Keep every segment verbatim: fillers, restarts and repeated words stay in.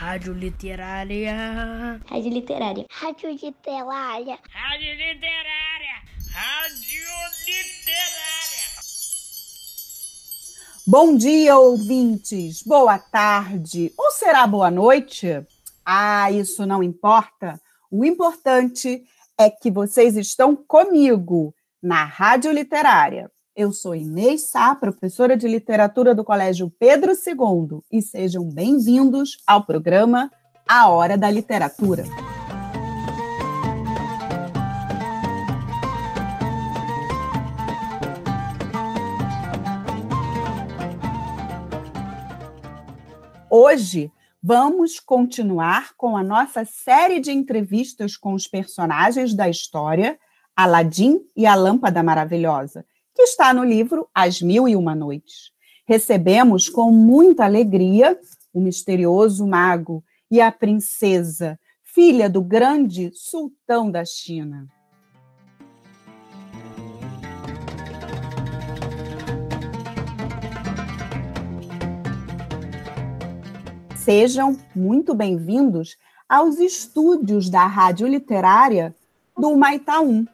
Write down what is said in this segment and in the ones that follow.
Rádio Literária. Rádio Literária. Rádio Literária. Rádio Literária. Rádio Literária. Bom dia, ouvintes. Boa tarde. Ou será boa noite? Ah, isso não importa. O importante é que vocês estão comigo na Rádio Literária. Eu sou Inês Sá, professora de literatura do Colégio Pedro segundo, e sejam bem-vindos ao programa A Hora da Literatura. Hoje vamos continuar com a nossa série de entrevistas com os personagens da história Aladim e a Lâmpada Maravilhosa, que está no livro As Mil e Uma Noites. Recebemos com muita alegria o misterioso mago e a princesa, filha do grande sultão da China. Sejam muito bem-vindos aos estúdios da Rádio Literária do Humaitá um.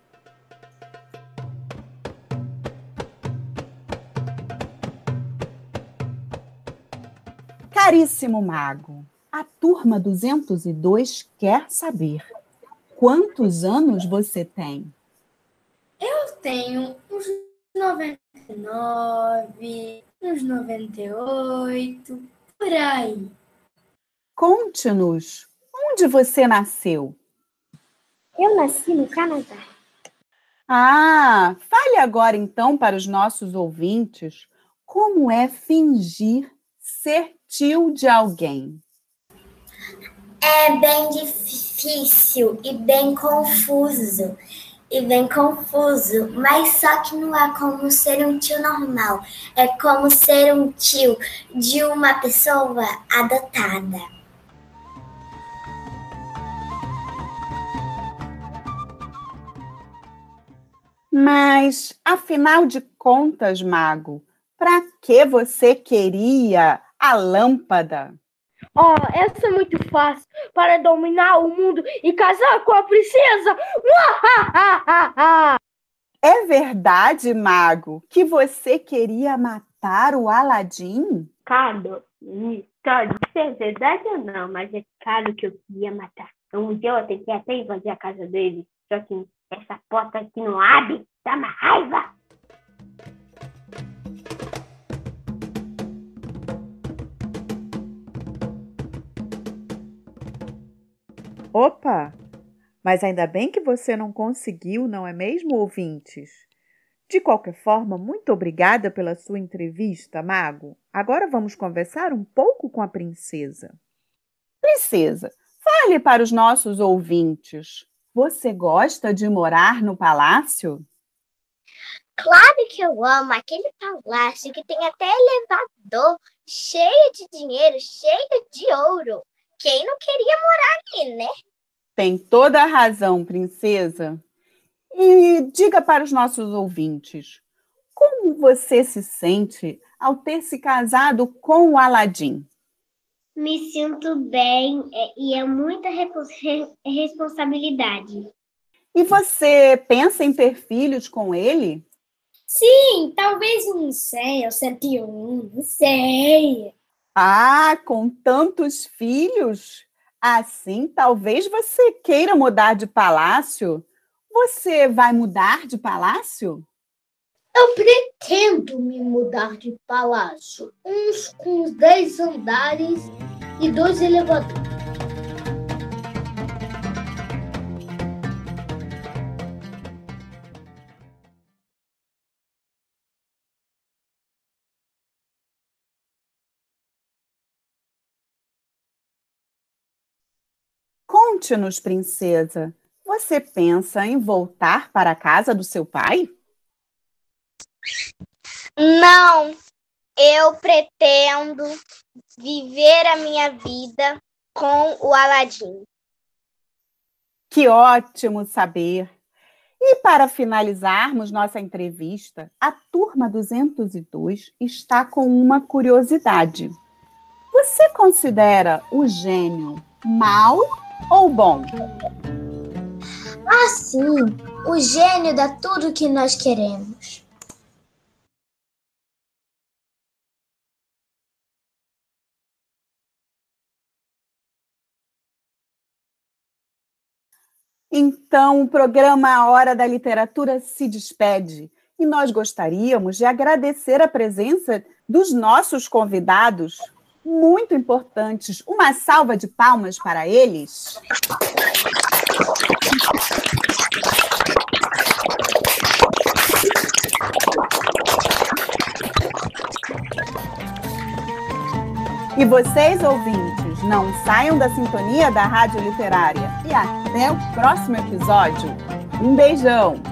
Caríssimo mago, a turma duzentos e dois quer saber quantos anos você tem? Eu tenho uns noventa e nove, uns noventa e oito, por aí. Conte-nos, onde você nasceu? Eu nasci no Canadá. Ah, fale agora então para os nossos ouvintes como é fingir ser tio de alguém. É bem difícil e bem confuso. E bem confuso, mas só que não é como ser um tio normal. É como ser um tio de uma pessoa adotada. Mas, afinal de contas, mago, para que você queria a lâmpada? Oh, essa é muito fácil para dominar o mundo e casar com a princesa. É verdade, mago, que você queria matar o Aladim? Claro, pode ser verdade ou não, mas é claro que eu queria matar. Um dia eu tentei até invadir a casa dele, só que essa porta aqui não abre, dá uma raiva. Opa! Mas ainda bem que você não conseguiu, não é mesmo, ouvintes? De qualquer forma, muito obrigada pela sua entrevista, mago. Agora vamos conversar um pouco com a princesa. Princesa, fale para os nossos ouvintes. Você gosta de morar no palácio? Claro que eu amo aquele palácio que tem até elevador, cheio de dinheiro, cheio de ouro. Quem não queria morar ali, né? Tem toda a razão, princesa. E diga para os nossos ouvintes, como você se sente ao ter se casado com o Aladim? Me sinto bem e é muita responsabilidade. E você pensa em ter filhos com ele? Sim, talvez uns cem ou cento e um, não sei. Ah, com tantos filhos? Assim, talvez você queira mudar de palácio. Você vai mudar de palácio? Eu pretendo me mudar de palácio, uns com dez andares e dois elevadores. Conte-nos, princesa, você pensa em voltar para a casa do seu pai? Não, eu pretendo viver a minha vida com o Aladim. Que ótimo saber! E para finalizarmos nossa entrevista, a turma duzentos e dois está com uma curiosidade. Você considera o gênio mau ou bom? Ah, sim, o gênio dá tudo o que nós queremos. Então, o programa A Hora da Literatura se despede e nós gostaríamos de agradecer a presença dos nossos convidados, muito importantes. Uma salva de palmas para eles. E vocês, ouvintes, não saiam da sintonia da Rádio Literária. E até o próximo episódio. Um beijão!